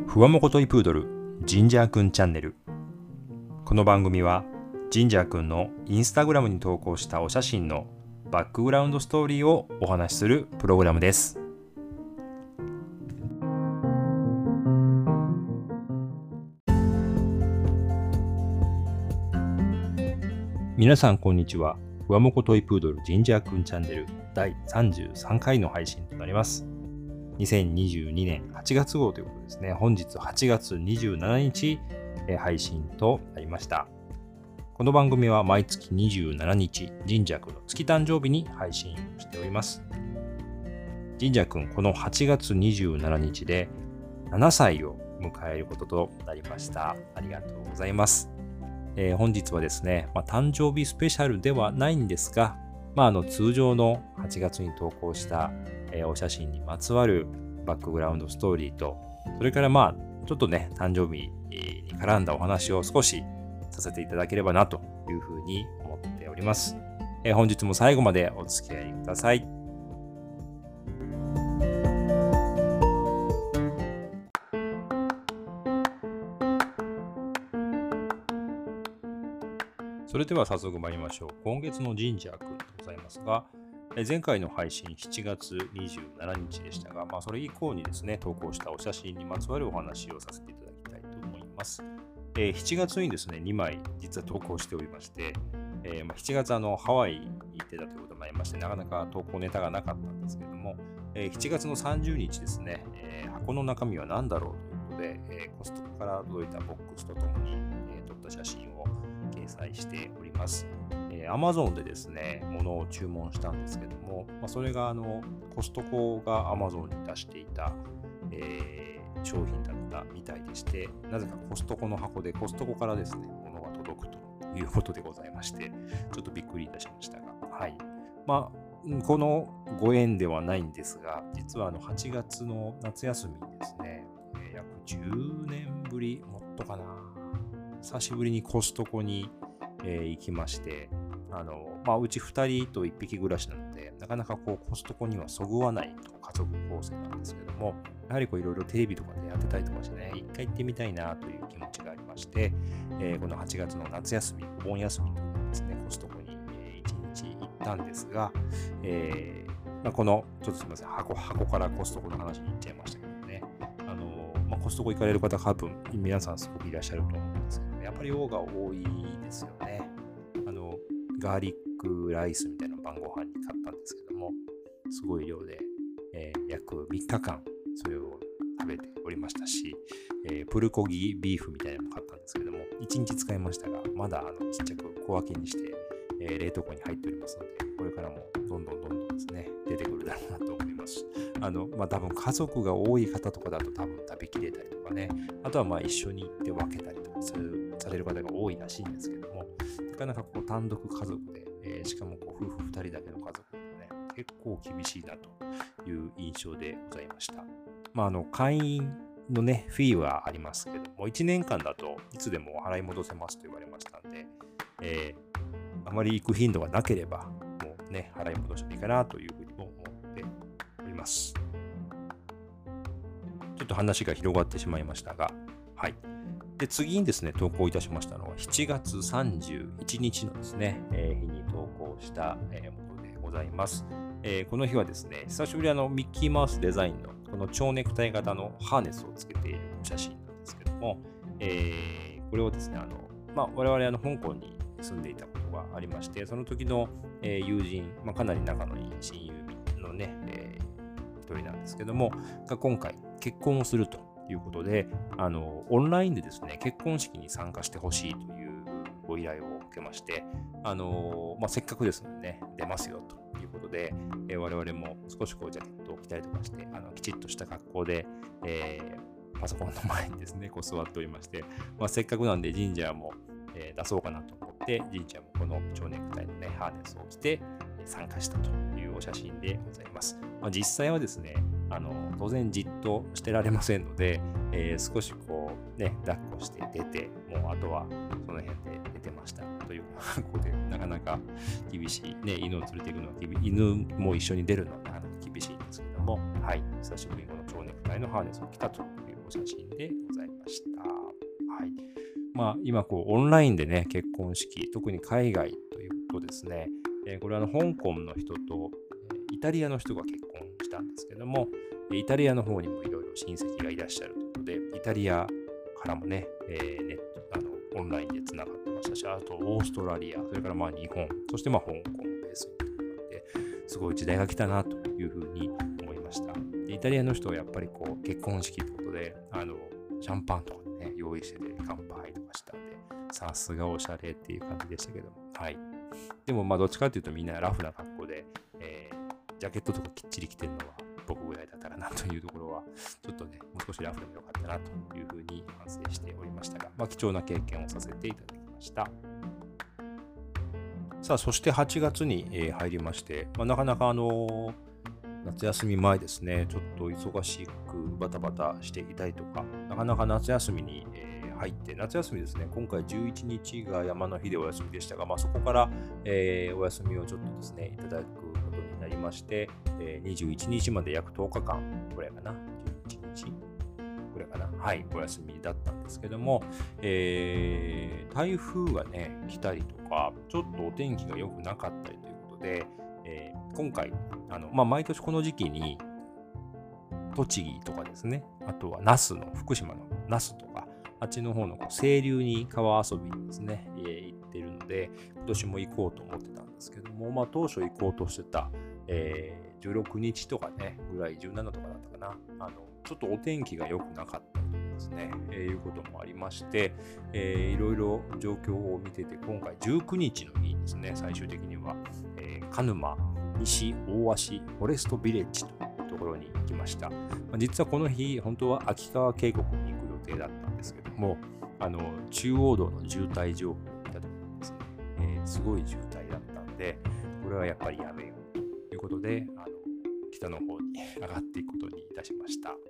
ふわもこといプードルジンジャーくんチャンネル。この番組はジンジャーくんのインスタグラムに投稿したお写真のバックグラウンドストーリーをお話しするプログラムです。皆さんこんにちは。ふわもこといプードルジンジャーくんチャンネル第33回の配信となります。2022年8月号ということですね。本日8月27日配信となりました。この番組は毎月27日、ジンジャーくんの月誕生日に配信をしております。ジンジャーくん、この8月27日で7歳を迎えることとなりました。ありがとうございます。本日はですね、誕生日スペシャルではないんですが、通常の8月に投稿した、お写真にまつわるバックグラウンドストーリーと、それからちょっとね、誕生日に絡んだお話を少しさせていただければなというふうに思っております。本日も最後までお付き合いください。それでは早速参りましょう。今月のジンジャーくんでございますが、前回の配信7月27日でしたが、それ以降にですね、投稿したお写真にまつわるお話をさせていただきたいと思います。7月にですね、2枚実は投稿しておりまして、7月ハワイに行ってたということもありまして、なかなか投稿ネタがなかったんですけれども、7月の30日ですね、箱の中身は何だろうということで、コストコから届いたボックスとともに、撮った写真を掲載しております。Amazon でですね、物を注文したんですけども、それがコストコが Amazon に出していた、商品だったみたいでして、なぜかコストコの箱でコストコからですね、物が届くということでございまして、ちょっとびっくりいたしましたが、はい。このご縁ではないんですが、実は8月の夏休みにですね、約10年ぶり、もっとかな、久しぶりにコストコに、行きまして、うち2人と1匹暮らしなので、なかなかコストコにはそぐわない家族構成なんですけども、やはりいろいろテレビとかでやってたりとかしてね、一回行ってみたいなという気持ちがありまして、この8月の夏休み、お盆休みとかですね、コストコに1日行ったんですが、この、ちょっとすみません、箱からコストコの話に行っちゃいましたけどね、コストコ行かれる方、多分皆さんすごくいらっしゃると思うんですけど、やっぱり量が多いですよね。ガーリックライスみたいな晩ご飯に買ったんですけども、すごい量で、約3日間それを食べておりましたし、プルコギビーフみたいなのも買ったんですけども、1日使いましたが、まだちっちゃく小分けにして、冷凍庫に入っておりますので、これからもどんどんですね、出てくるだろうなと思います。多分家族が多い方とかだと多分食べきれたりとかね、あとは一緒に行って分けたりとかされる方が多いらしいんですけども、なかなか単独家族で、しかも夫婦2人だけの家族でね、結構厳しいなという印象でございました。会員のね、フィーはありますけども、1年間だといつでも払い戻せますと言われましたんで、あまり行く頻度がなければ、もうね、払い戻してもいいかなというふうにも思っております。ちょっと話が広がってしまいましたが、はい。で、次にですね、投稿いたしましたのは、7月31日のですね、日に投稿したものでございます。この日はですね、久しぶりにミッキーマウスデザインのこの蝶ネクタイ型のハーネスをつけている写真なんですけども、これをですね、我々香港に住んでいたことがありまして、その時の、友人、かなり仲のいい親友のね、一人なんですけども、が今回結婚をするということで、オンラインでですね、結婚式に参加してほしいというご依頼を受けまして、せっかくですのでね、出ますよということで、我々も少しジャケットを着たりとかして、きちっとした格好で、パソコンの前にですね、座っておりまして、せっかくなんで神社も、出そうかなと思って、神社もこの蝶ネクタイのね、ハーネスを着て参加したというお写真でございます。実際はですね、当然じっとしてられませんので、少し抱っこして出て、もうあとはその辺で出てましたという格好で、なかなか厳しい、ね、犬を連れていくのは犬も一緒に出るのはなかなか厳しいんですけども、はい、久しぶりにこの蝶ネクタイのハーネスを着たというお写真でございました。はい。今オンラインでね、結婚式、特に海外というとですね、これは香港の人とイタリアの人が結婚したんですけども、イタリアの方にもいろいろ親戚がいらっしゃるということで、イタリアからもね、オンラインでつながってましたし、あとオーストラリア、それから日本、そして香港をベースにということで、すごい時代が来たなというふうに思いました。でイタリアの人はやっぱり結婚式ということで、シャンパンとかね、用意してて乾杯とかしたんで、さすがおしゃれっていう感じでしたけども、はい。でもどっちかというとみんなラフな格好で、ジャケットとかきっちり着てるのは僕ぐらいだったらなというところは、ちょっとね、もう少しラフでもよかったなというふうに反省しておりましたが、貴重な経験をさせていただきました。さあ、そして8月に入りまして、なかなか夏休み前ですね、ちょっと忙しくバタバタしていたりとか、なかなか夏休みに入って、夏休みですね、今回11日が山の日でお休みでしたが、そこから、お休みをちょっとですね、いただくことになりまして、21日まで約10日間ぐらいかな、11日ぐらいかな、はい、お休みだったんですけども、台風がね、来たりとか、ちょっとお天気が良くなかったりということで、今回、毎年この時期に、栃木とかですね、あとは福島の那須とか、あっちの方の清流に川遊びにですね、行ってるので、今年も行こうと思ってたんですけども、当初行こうとしてた、16日とかね、ぐらい、17とかだったかな、ちょっとお天気が良くなかったりとかですね、いうこともありまして、いろいろ状況を見てて、今回19日の日にですね、最終的には、鹿沼西大芦フォレストビレッジというところに行きました。実はこの日、本当は秋川渓谷に行く予定だったんですけども、中央道の渋滞情報を見たときにですね、すごい渋滞だったんで、これはやっぱりやめようということで、北の方に上がっていくことにいたしました。はい。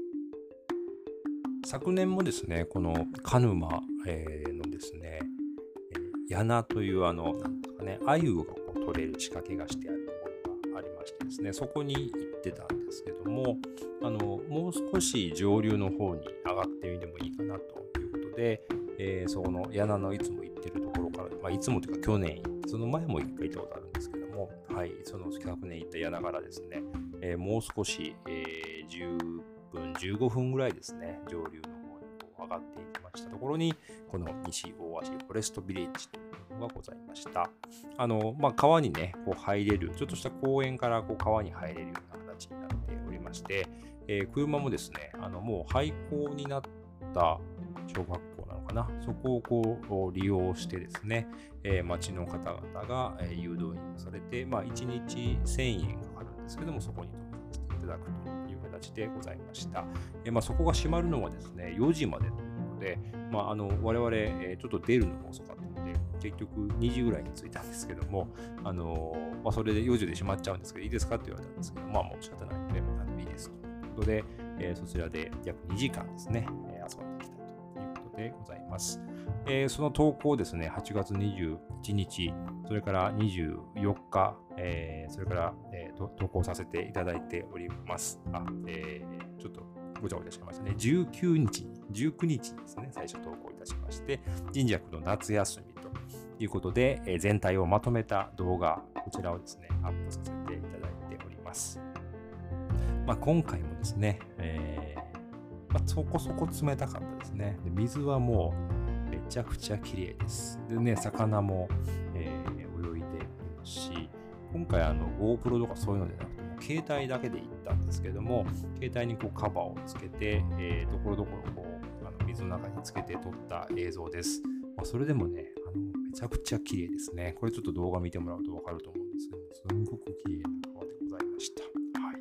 昨年もですね、この鹿沼のですね、柳というなんですかね、鮎が取れる仕掛けがしてあるところがありましてですね、そこに行ってたんですけども、もう少し上流の方に上がってみてもいいかなということで、そこの柳のいつも行ってるところから、いつもというか去年行って、その前も一回行ったことあるんですけども、はい、その昨年行った柳からですね、もう少し、10分、15分ぐらいですね、上流の方に上がっていきましたところに、この西大芦フォレストビレッジというのがございました。川にね、入れる、ちょっとした公園から川に入れるような形になっておりまして、車もですね、もう廃校になった小学校なのかな、そこを利用してですね、町の方々が誘導員をされて、1日1000円かかるんですけども、そこに泊めさせていただくという形でございました。そこが閉まるのはですね、4時までということで、我々、ちょっと出るのが遅かったので、結局2時ぐらいに着いたんですけども、それで4時で閉まっちゃうんですけど、いいですかって言われたんですけど、もう仕方ないので、いいですということで、そちらで約2時間ですね、遊んできたということでございます。その投稿をですね、8月21日、それから24日、それから、投稿させていただいております。ちょっとごちゃごちゃしましたね。19日にですね、最初投稿いたしまして、神社の夏休みということで、全体をまとめた動画、こちらをですね、アップさせていただいております。今回もですね、そこそこ冷たかったですね。で水はもうめちゃくちゃ綺麗です。でね、魚も、泳いでいますし、今回GoPro とかそういうのでなくても、携帯だけで行ったんですけども、携帯にカバーをつけて、ところどころ水の中につけて撮った映像です。それでもね、めちゃくちゃ綺麗ですね。これちょっと動画見てもらうと分かると思うんですけど、すんごく綺麗な川でございました。はい。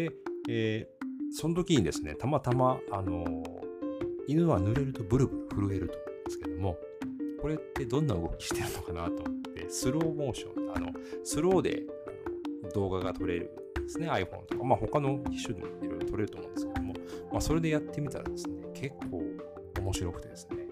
で、その時にですね、たまたま、犬は濡れるとブルブル震えると思うんですけども、これってどんな動きしてるのかなと思って、スローモーション、スローで動画が撮れるんですね、iPhone とか、他の機種でもいろいろ撮れると思うんですけども、それでやってみたらですね、結構面白くてですね、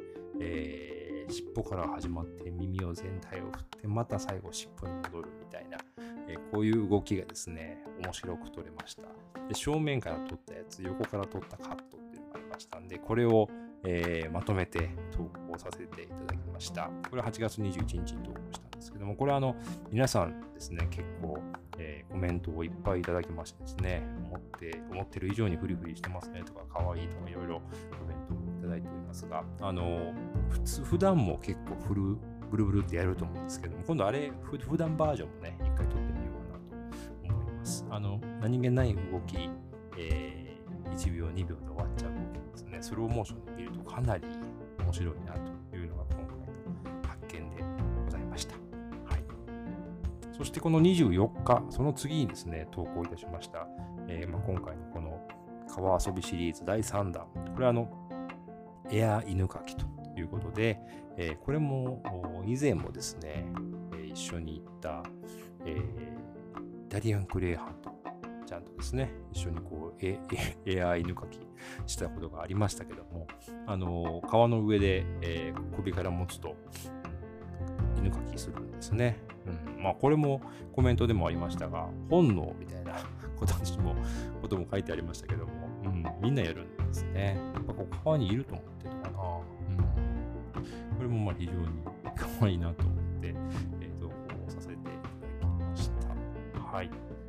尻尾から始まって耳を全体を振って、また最後尻尾に戻るみたいな、 こういう動きがですね、面白く撮れました。で、正面から撮ったやつ、横から撮ったカットっていうのがありましたんで、これを、まとめて投稿させていただきました。これは8月21日に投稿したんですけども、これは皆さんですね、結構、コメントをいっぱいいただきましてですね、思ってる以上にフリフリしてますねとか、可愛いとかいろいろコメントをいただいておりますが、普段も結構ブルブルってやると思うんですけども、今度普段バージョンもね、一回撮ってみようかなと思います。何気ない動き、1秒、2秒で終わっちゃう動きですね、スローモーションで見るとかなり面白いなというのが今回の発見でございました。はい。そしてこの24日、その次にですね、投稿いたしました、今回のこの川遊びシリーズ第3弾、これはエア犬かきということで、これも以前もですね、一緒に行った、イタリアンクレイハントちゃんとですね、一緒にエア犬かきしたことがありましたけども、川の上で、首から持つと犬かきするんですね。これもコメントでもありましたが、本能みたいなことも書いてありましたけども、みんなやるんですね。やっぱ川にいると思ってるのかな。これも非常に可愛いなと思って、投稿させていただきました。はい。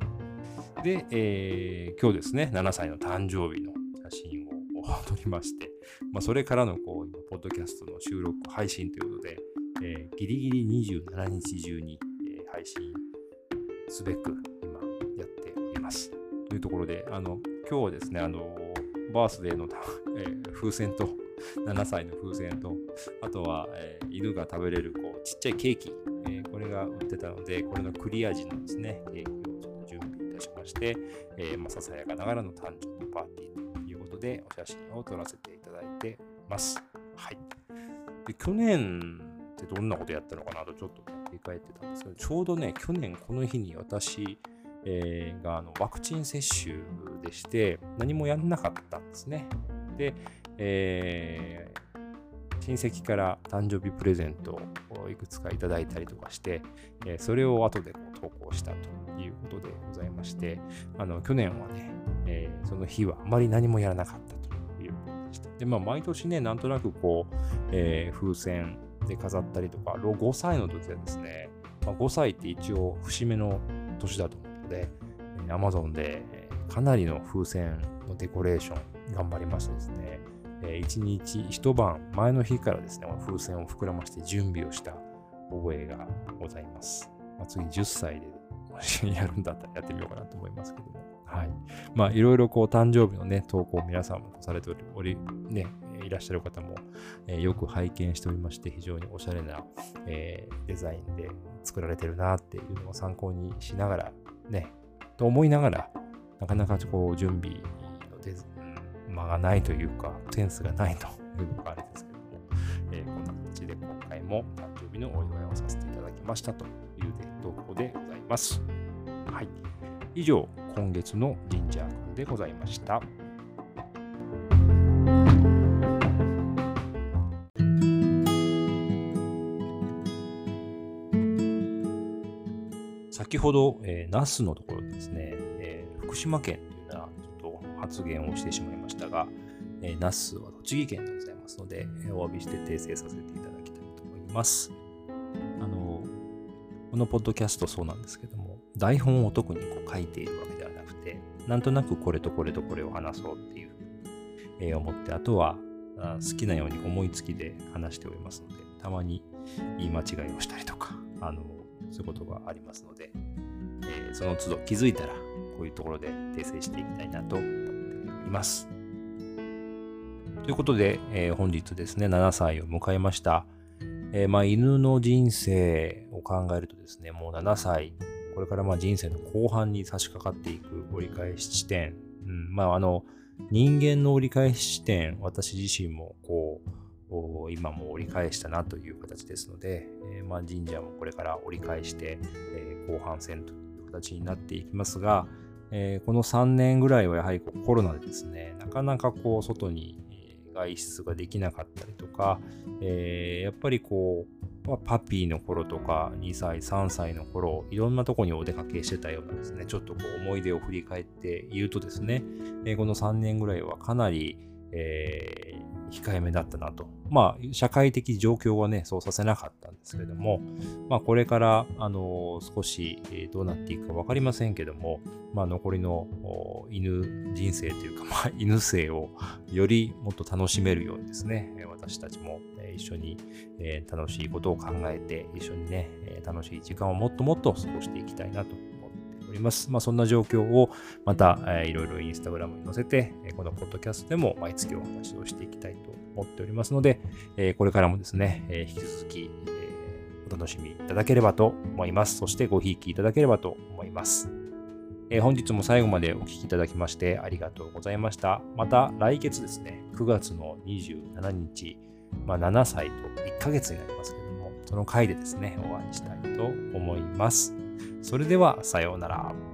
で、今日ですね、7歳の誕生日の写真を撮りまして、それからの今、ポッドキャストの収録、配信ということで、ギリギリ27日中に、配信すべく今やっております。というところで、今日はですね、バースデーの、風船と、7歳の風船と、あとは、犬が食べれるちっちゃいケーキ、これが売ってたので、これのクリア時のですね、ケーキをちょっと準備いたしまして、ささやかながらの誕生日パーティーということで、お写真を撮らせていただいています。はい。で、去年ってどんなことやったのかなとちょっと振り返ってたんですけど、ちょうどね、去年この日に私、がワクチン接種でして何もやんなかったんですね。で、親戚から誕生日プレゼントをいくつかいただいたりとかして、それを後で投稿したということでございまして、去年はね、その日はあまり何もやらなかったということでした。で、毎年ね、なんとなく風船で飾ったりとか、5歳の時はですね、5歳って一応節目の年だと思うので、Amazon でかなりの風船のデコレーション頑張りましてですね、一晩前の日からですね、風船を膨らまして準備をした覚えがございます。次10歳でもしやるんだったらやってみようかなと思いますけども。はい。いろいろ誕生日のね、投稿を皆さんもされてね、いらっしゃる方も、よく拝見しておりまして、非常におしゃれな、デザインで作られてるなっていうのを参考にしながら、ね、と思いながら、なかなか準備の間がないというか、センスがないというのがあれですけども、こんな形で今回も誕生日のお祝いをさせていただきましたという投稿でございます。はい。以上、今月のジンジャー君でございました。先ほど、那須のところでですね、福島県というようなちょっと発言をしてしまいましたが、那須は栃木県でございますので、お詫びして訂正させていただきたいと思います。このポッドキャストそうなんですけども、台本を特に書いているわけではなくて、なんとなくこれとこれとこれを話そうっていうふうに思って、あとは好きなように思いつきで話しておりますので、たまに言い間違いをしたりとか、そういうことがありますので、その都度気づいたらこういうところで訂正していきたいなと思っております。ということで、本日ですね、7歳を迎えました。犬の人生を考えるとですね、もう7歳、これから人生の後半に差し掛かっていく折り返し地点、人間の折り返し地点、私自身も今も折り返したなという形ですので、神社もこれから折り返して、後半戦という形になっていきますが、この3年ぐらいはやはりコロナでですね、なかなか外に外出ができなかったりとか、やっぱりパピーの頃とか2歳、3歳の頃、いろんなとこにお出かけしてたようなですね、ちょっとこう思い出を振り返って言うとですね、この3年ぐらいはかなり、控えめだったなと。社会的状況はね、そうさせなかったんですけれども、これから、少し、どうなっていくかわかりませんけども、残りの犬人生というか、犬生をよりもっと楽しめるようにですね、私たちも一緒に楽しいことを考えて、一緒にね、楽しい時間をもっともっと過ごしていきたいなと思っております。そんな状況をまたいろいろインスタグラムに載せて、このポッドキャストでも毎月お話をしていきたいと思っておりますので、これからもですね、引き続きお楽しみいただければと思います。そしてごひいきいただければと思います。本日も最後までお聞きいただきましてありがとうございました。また来月ですね、9月の27日、7歳と1ヶ月になりますけれども、その回でですね、お会いしたいと思います。それでは、さようなら。